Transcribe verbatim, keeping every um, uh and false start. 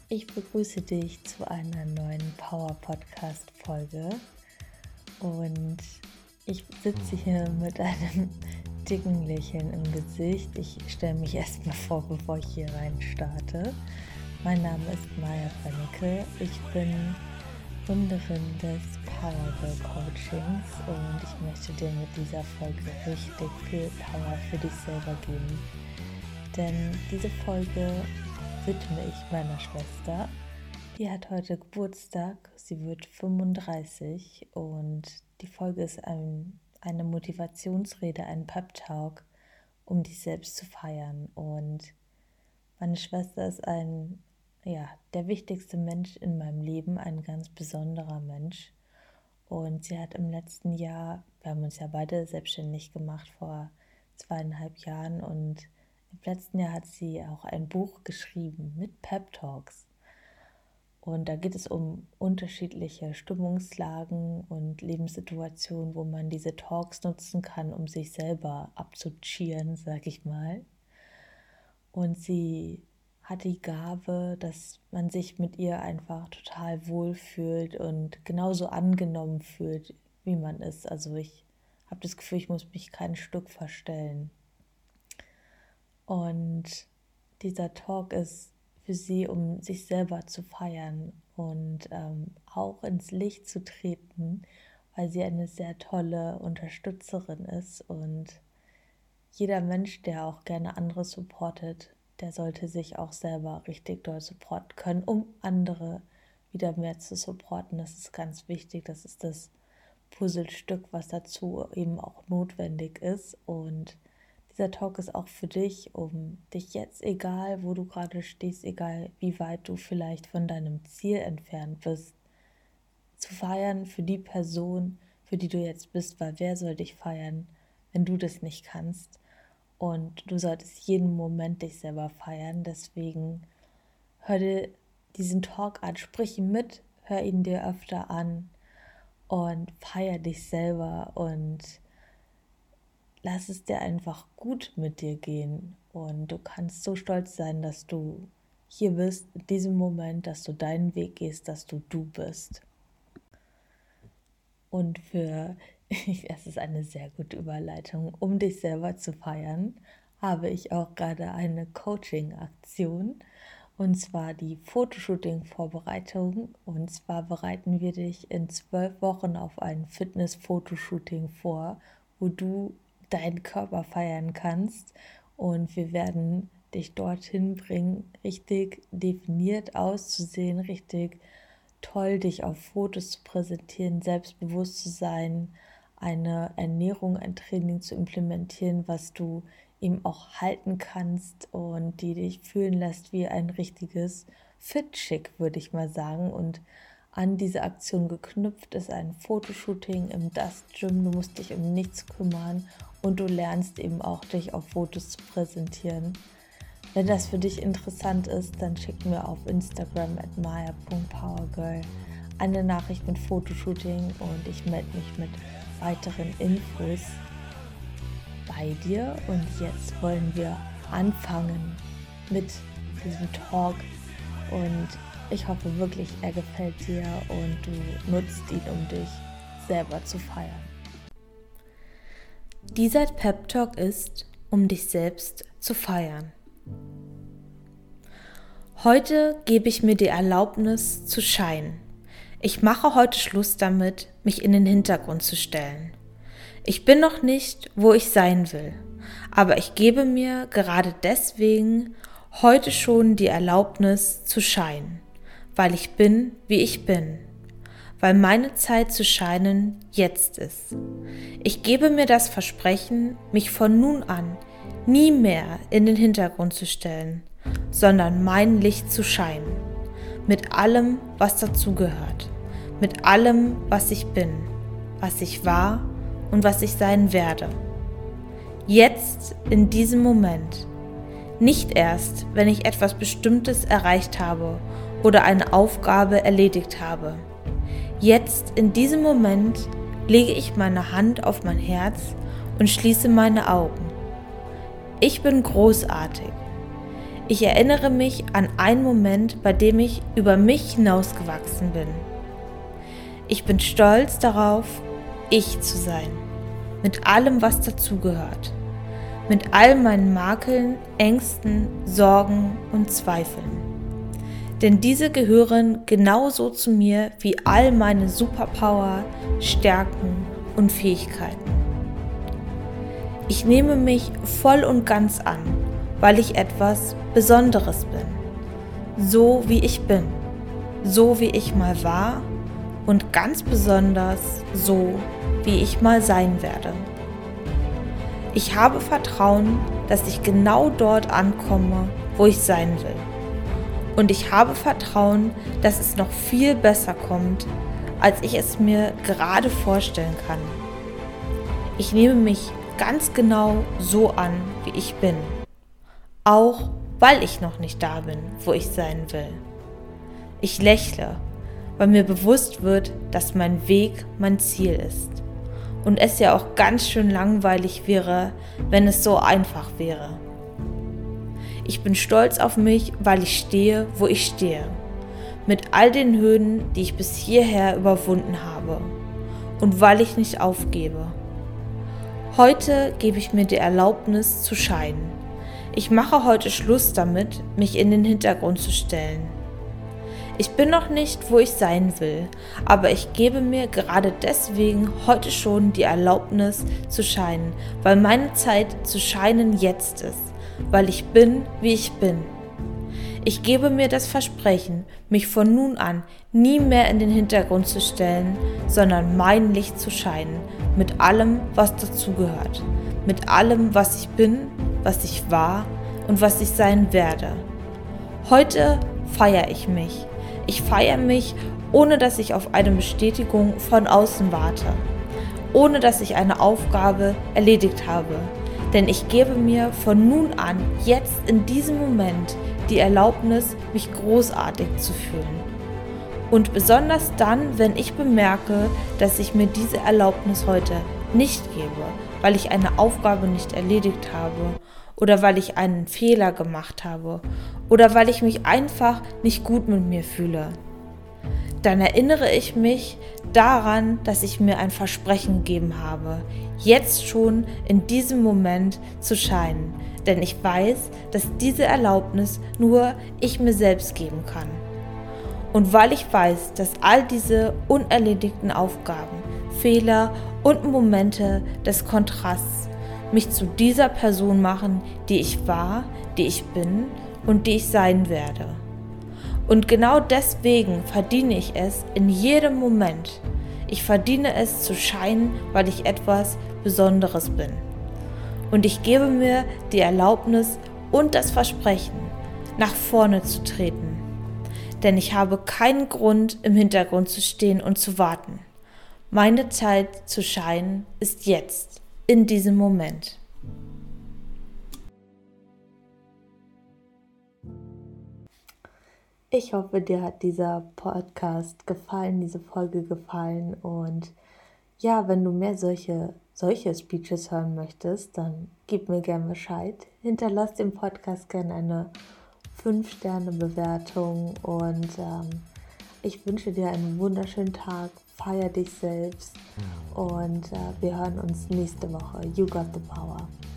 Ich begrüße dich zu einer neuen Power-Podcast-Folge und ich sitze hier mit einem dicken Lächeln im Gesicht. Ich stelle mich erstmal vor, bevor ich hier rein starte. Mein Name ist Maja Panicke. Ich bin Gründerin des Power Girl Coachings und ich möchte dir mit dieser Folge richtig viel Power für dich selber geben. Denn diese Folge widme ich meiner Schwester. Die hat heute Geburtstag, sie wird fünfunddreißig und die Folge ist ein, eine Motivationsrede, ein Pep-Talk, um dich selbst zu feiern. Und meine Schwester ist ein, ja, der wichtigste Mensch in meinem Leben, ein ganz besonderer Mensch. Und sie hat im letzten Jahr, wir haben uns ja beide selbstständig gemacht vor zweieinhalb Jahren und im letzten Jahr hat sie auch ein Buch geschrieben mit Pep Talks. Und da geht es um unterschiedliche Stimmungslagen und Lebenssituationen, wo man diese Talks nutzen kann, um sich selber abzucheeren, sag ich mal. Und sie hat die Gabe, dass man sich mit ihr einfach total wohlfühlt und genauso angenommen fühlt, wie man ist. Also ich habe das Gefühl, ich muss mich kein Stück verstellen. Und dieser Talk ist für sie, um sich selber zu feiern und ähm, auch ins Licht zu treten, weil sie eine sehr tolle Unterstützerin ist. Und jeder Mensch, der auch gerne andere supportet, der sollte sich auch selber richtig doll supporten können, um andere wieder mehr zu supporten. Das ist ganz wichtig. Das ist das Puzzlestück, was dazu eben auch notwendig ist. Und dieser Talk ist auch für dich, um dich jetzt, egal wo du gerade stehst, egal wie weit du vielleicht von deinem Ziel entfernt bist, zu feiern für die Person, für die du jetzt bist, weil wer soll dich feiern, wenn du das nicht kannst? Und du solltest jeden Moment dich selber feiern, deswegen hör dir diesen Talk an, sprich ihn mit, hör ihn dir öfter an und feier dich selber und lass es dir einfach gut mit dir gehen und du kannst so stolz sein, dass du hier bist, in diesem Moment, dass du deinen Weg gehst, dass du du bist. Und für, es ist eine sehr gute Überleitung, um dich selber zu feiern, habe ich auch gerade eine Coaching-Aktion und zwar die Fotoshooting-Vorbereitung. Und zwar bereiten wir dich in zwölf Wochen auf ein Fitness-Fotoshooting vor, wo du deinen Körper feiern kannst und wir werden dich dorthin bringen, richtig definiert auszusehen, richtig toll dich auf Fotos zu präsentieren, selbstbewusst zu sein, eine Ernährung, ein Training zu implementieren, was du eben auch halten kannst und die dich fühlen lässt wie ein richtiges Fit-Chick, würde ich mal sagen. Und an diese Aktion geknüpft ist ein Fotoshooting im Dust Gym. Du musst dich um nichts kümmern und du lernst eben auch, dich auf Fotos zu präsentieren. Wenn das für dich interessant ist, dann schick mir auf Instagram at maya punkt powergirl eine Nachricht mit Fotoshooting und ich melde mich mit weiteren Infos bei dir. Und jetzt wollen wir anfangen mit diesem Talk und ich hoffe wirklich, er gefällt dir und du nutzt ihn, um dich selber zu feiern. Dieser Pep-Talk ist, um dich selbst zu feiern. Heute gebe ich mir die Erlaubnis zu scheinen. Ich mache heute Schluss damit, mich in den Hintergrund zu stellen. Ich bin noch nicht, wo ich sein will, aber ich gebe mir gerade deswegen heute schon die Erlaubnis zu scheinen, weil ich bin, wie ich bin. Weil meine Zeit zu scheinen jetzt ist. Ich gebe mir das Versprechen, mich von nun an nie mehr in den Hintergrund zu stellen, sondern mein Licht zu scheinen. Mit allem, was dazugehört. Mit allem, was ich bin, was ich war und was ich sein werde. Jetzt, in diesem Moment. Nicht erst, wenn ich etwas Bestimmtes erreicht habe oder eine Aufgabe erledigt habe. Jetzt, in diesem Moment, lege ich meine Hand auf mein Herz und schließe meine Augen. Ich bin großartig. Ich erinnere mich an einen Moment, bei dem ich über mich hinausgewachsen bin. Ich bin stolz darauf, ich zu sein, mit allem, was dazugehört, mit all meinen Makeln, Ängsten, Sorgen und Zweifeln. Denn diese gehören genauso zu mir wie all meine Superpower, Stärken und Fähigkeiten. Ich nehme mich voll und ganz an, weil ich etwas Besonderes bin. So wie ich bin, so wie ich mal war und ganz besonders so, wie ich mal sein werde. Ich habe Vertrauen, dass ich genau dort ankomme, wo ich sein will. Und ich habe Vertrauen, dass es noch viel besser kommt, als ich es mir gerade vorstellen kann. Ich nehme mich ganz genau so an, wie ich bin. Auch weil ich noch nicht da bin, wo ich sein will. Ich lächle, weil mir bewusst wird, dass mein Weg mein Ziel ist. Und es ja auch ganz schön langweilig wäre, wenn es so einfach wäre. Ich bin stolz auf mich, weil ich stehe, wo ich stehe. Mit all den Hürden, die ich bis hierher überwunden habe. Und weil ich nicht aufgebe. Heute gebe ich mir die Erlaubnis zu scheinen. Ich mache heute Schluss damit, mich in den Hintergrund zu stellen. Ich bin noch nicht, wo ich sein will, aber ich gebe mir gerade deswegen heute schon die Erlaubnis zu scheinen, weil meine Zeit zu scheinen jetzt ist, weil ich bin, wie ich bin. Ich gebe mir das Versprechen, mich von nun an nie mehr in den Hintergrund zu stellen, sondern mein Licht zu scheinen, mit allem, was dazugehört, mit allem, was ich bin, was ich war und was ich sein werde. Heute feiere ich mich. Ich feiere mich, ohne dass ich auf eine Bestätigung von außen warte, ohne dass ich eine Aufgabe erledigt habe. Denn ich gebe mir von nun an, jetzt in diesem Moment, die Erlaubnis, mich großartig zu fühlen. Und besonders dann, wenn ich bemerke, dass ich mir diese Erlaubnis heute nicht gebe, weil ich eine Aufgabe nicht erledigt habe oder weil ich einen Fehler gemacht habe oder weil ich mich einfach nicht gut mit mir fühle. Dann erinnere ich mich daran, dass ich mir ein Versprechen gegeben habe, jetzt schon in diesem Moment zu scheinen, denn ich weiß, dass diese Erlaubnis nur ich mir selbst geben kann. Und weil ich weiß, dass all diese unerledigten Aufgaben, Fehler und Momente des Kontrasts mich zu dieser Person machen, die ich war, die ich bin und die ich sein werde. Und genau deswegen verdiene ich es in jedem Moment. Ich verdiene es zu scheinen, weil ich etwas Besonderes bin. Und ich gebe mir die Erlaubnis und das Versprechen, nach vorne zu treten. Denn ich habe keinen Grund, im Hintergrund zu stehen und zu warten. Meine Zeit zu scheinen ist jetzt, in diesem Moment. Ich hoffe, dir hat dieser Podcast gefallen, diese Folge gefallen. Und ja, wenn du mehr solche, solche Speeches hören möchtest, dann gib mir gerne Bescheid. Hinterlass dem Podcast gerne eine fünf Sterne Bewertung und ähm, ich wünsche dir einen wunderschönen Tag. Feier dich selbst und äh, wir hören uns nächste Woche. You got the power.